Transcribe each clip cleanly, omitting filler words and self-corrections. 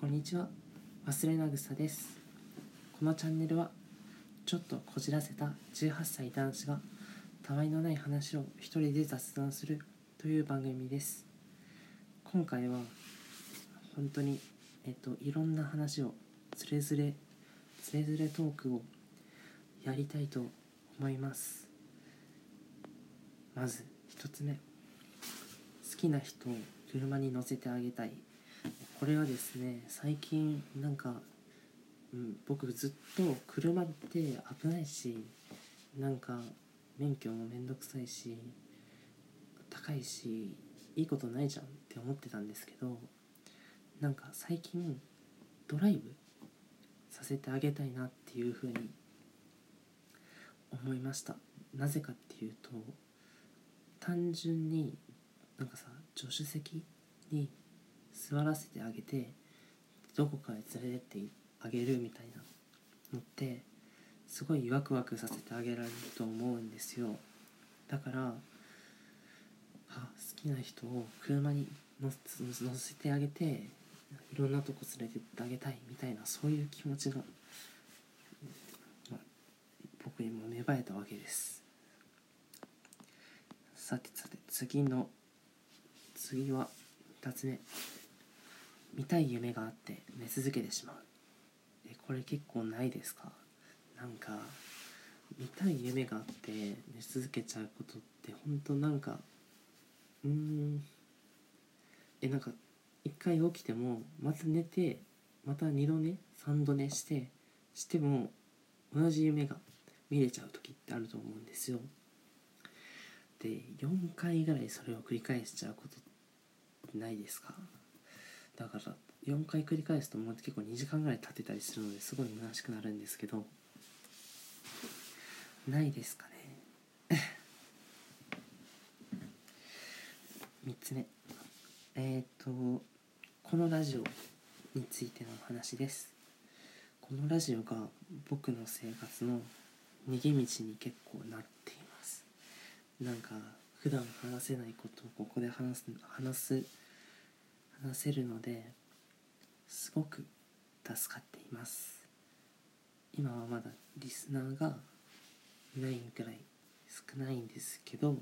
こんにちは、忘れなぐさです。このチャンネルはちょっとこじらせた18歳男子がたわいのない話を一人で雑談するという番組です。今回は本当にいろんな話をつれづれトークをやりたいと思います。まず一つ目、好きな人を車に乗せてあげたい。これはですね、最近僕ずっと車って危ないし、免許もめんどくさいし高いしいいことないじゃんって思ってたんですけど、最近ドライブさせてあげたいなっていうふうに思いました。なぜかっていうと、単純に助手席に座らせてあげてどこかへ連れてってあげるみたいなのってすごいワクワクさせてあげられると思うんですよ。だから好きな人を車に乗せてあげていろんなとこ連れてってあげたいみたいな、そういう気持ちが、僕にも芽生えたわけです。さて次は2つ目、見たい夢があって寝続けてしまう。これ結構ないですか？見たい夢があって寝続けちゃうことって本当一回起きてもまた寝てまた二度寝三度寝しても同じ夢が見れちゃう時ってあると思うんですよ。で、4回ぐらいそれを繰り返しちゃうことってないですか？だから4回繰り返すともう結構2時間ぐらい経ってたりするのですごい虚しくなるんですけど、ないですかね。3つ目、このラジオについての話です。このラジオが僕の生活の逃げ道に結構なっています。普段話せないことをここで話せるのですごく助かっています。今はまだリスナーがいないくらい少ないんですけど、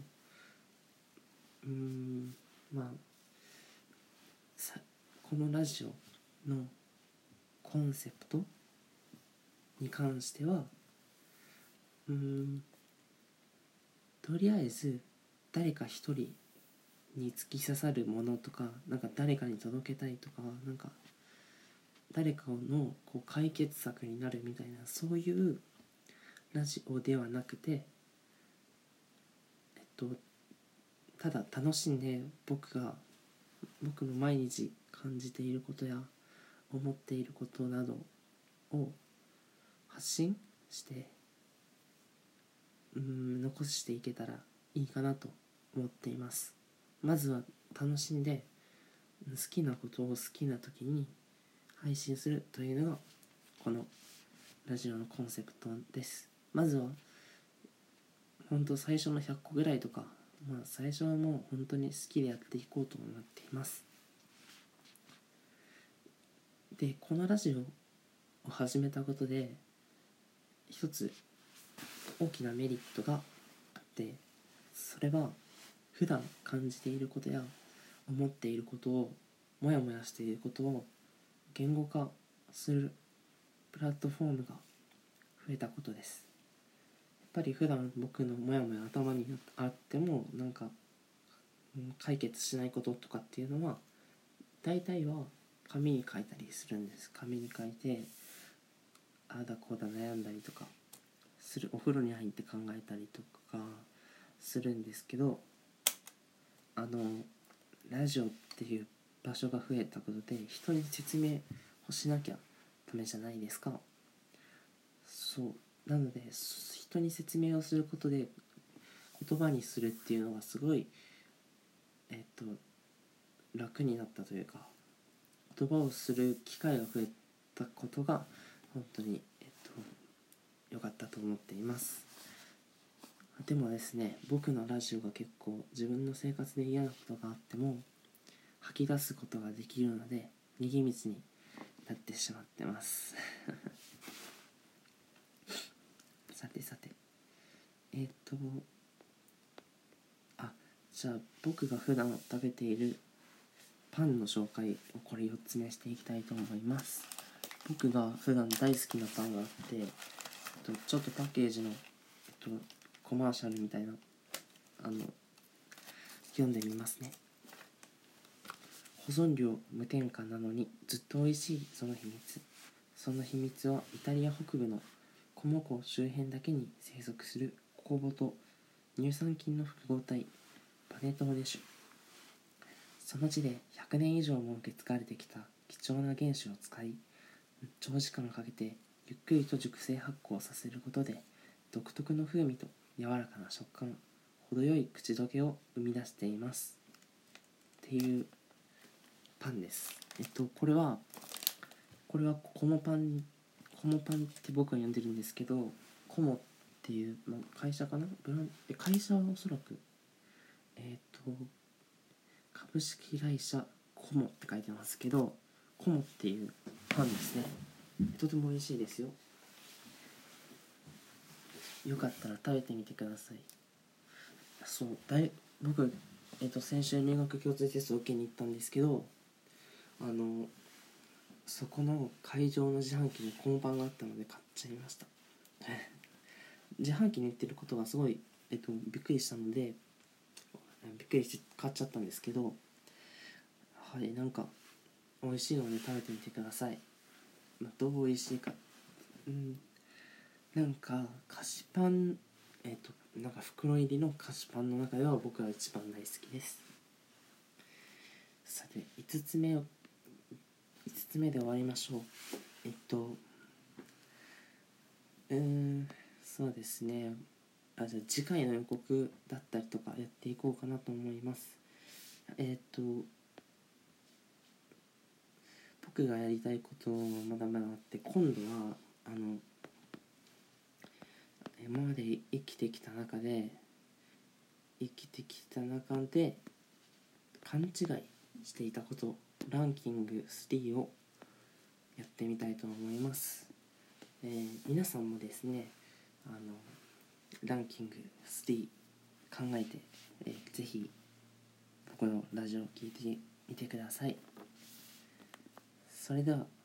このラジオのコンセプトに関してはとりあえず誰か一人に突き刺さるものとか、誰かに届けたいとか、誰かの解決策になるみたいな、そういうラジオではなくて、ただ楽しんで僕の毎日感じていることや思っていることなどを発信して残していけたらいいかなと思っています。まずは楽しんで好きなことを好きな時に配信するというのがこのラジオのコンセプトです。まずは本当最初の100個ぐらいとか、最初はもう本当に好きでやっていこうと思っています。で、このラジオを始めたことで一つ大きなメリットがあって、それは普段感じていることや思っていることを、モヤモヤしていることを言語化するプラットフォームが増えたことです。やっぱり普段僕のモヤモヤ頭にあっても解決しないこととかっていうのは大体は紙に書いたりするんです。紙に書いてああだこうだ悩んだりとかする、お風呂に入って考えたりとかするんですけど、ラジオっていう場所が増えたことで人に説明をしなきゃダメじゃないですか。なので人に説明をすることで言葉にするっていうのがすごい楽になったというか、言葉をする機会が増えたことが本当に良かったと思っています。でもですね、僕のラジオが結構自分の生活で嫌なことがあっても吐き出すことができるので逃げ道にやってしまってますさてさてじゃあ僕が普段食べているパンの紹介をこれ4つ目していきたいと思います。僕が普段大好きなパンがあって、ちょっとパッケージの、コマーシャルみたいな読んでみますね。保存料無添加なのにずっと美味しいその秘密。その秘密はイタリア北部のコモ湖周辺だけに生息する酵母と乳酸菌の複合体パネトーデ種。その地で100年以上も受け継がれてきた貴重な原種を使い、長時間かけてゆっくりと熟成発酵させることで独特の風味と柔らかな食感、程よい口どけを生み出していますっていうパンです。これはコモパンって僕は呼んでるんですけど、コモっていう、会社かな、会社はおそらく株式会社コモって書いてますけど、コモっていうパンですね。とても美味しいですよ。よかったら食べてみてください。僕、先週入学共通テストを受けに行ったんですけど、そこの会場の自販機にコモパンがあったので買っちゃいました自販機に売ってることがすごい、びっくりしたのでびっくりして買っちゃったんですけど、はい、なんか美味しいので食べてみてください。どう美味しいか、なんか菓子パン、なんか袋入りの菓子パンの中では僕は一番大好きです。さて5つ目で終わりましょう。そうですね。じゃあ次回の予告だったりとかやっていこうかなと思います。僕がやりたいこともまだまだあって、今度は今まで生きてきた中で勘違いしていたことランキング3をやってみたいと思います。皆さんもですね、ランキング3考えて、ぜひ僕のラジオを聞いてみてください。それでは